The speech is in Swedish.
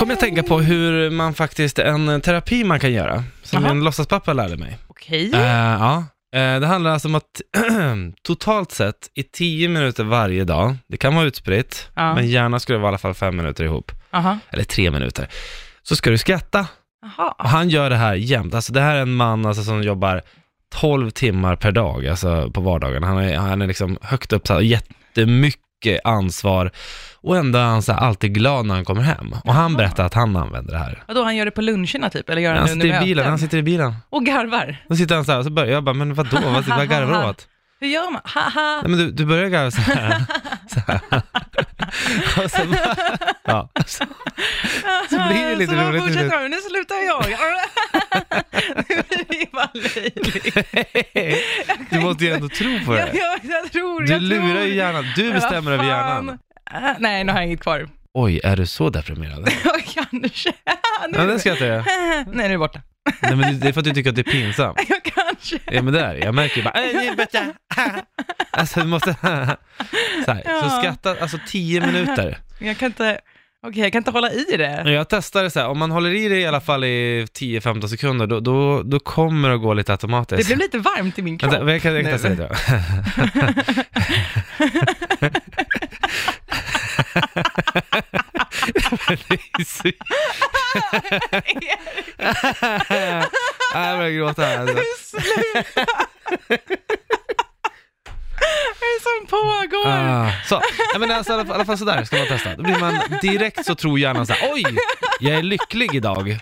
kom jag att tänka på hur man faktiskt, en terapi man kan göra. Som en låtsaspappa lärde mig. Okej. Det handlar alltså om att totalt sett i 10 minuter varje dag, det kan vara utspritt, men gärna skulle det vara i alla fall 5 minuter ihop. Eller 3 minuter. Så ska du skratta. Och han gör det här jämt. Alltså det här är en man alltså, som jobbar 12 timmar per dag, alltså på vardagen. Han är liksom högt upp, så här, jättemycket ansvar. Och ändå är han så här, alltid glad när han kommer hem. Och han berättar att han använder det här. Och då han gör det på luncherna typ? Eller gör han sitter i bilen, han sitter i bilen. Och garvar? Då sitter han så här, och så börjar jag bara, men vadå? Vad garvar du åt? Hur gör man? Haha. Nej, men du börjar garva så här. Så här. Och så bara, så blir det lite så roligt. Fortsätter man, nu slutar jag. Nu blir det bara löjligt. Du måste ju ändå tro på det. Jag tror. Du lurar ju hjärnan. Du bestämmer över hjärnan. Nej, nu har jag inget kvar. Oj, är du så deprimerad? Kanske. Ja, det skrattar jag. Nej, nu är det borta. Nej, men det är för att du tycker att det är pinsamt. Jag kanske. Ja, men där, jag märker ju bara alltså, du måste så skratta, alltså 10 minuter. Jag kan inte hålla i det. Jag testade så här, om man håller i det i alla fall i 10-15 sekunder, då kommer det att gå lite automatiskt. Det blev lite varmt i min kropp. Jag kan testa det då. Jag börjar gråta här. Vad är det som pågår? Så, men alltså, i alla fall sådär ska man testa. Då blir man direkt så tror hjärnan så här, oj, jag är lycklig idag.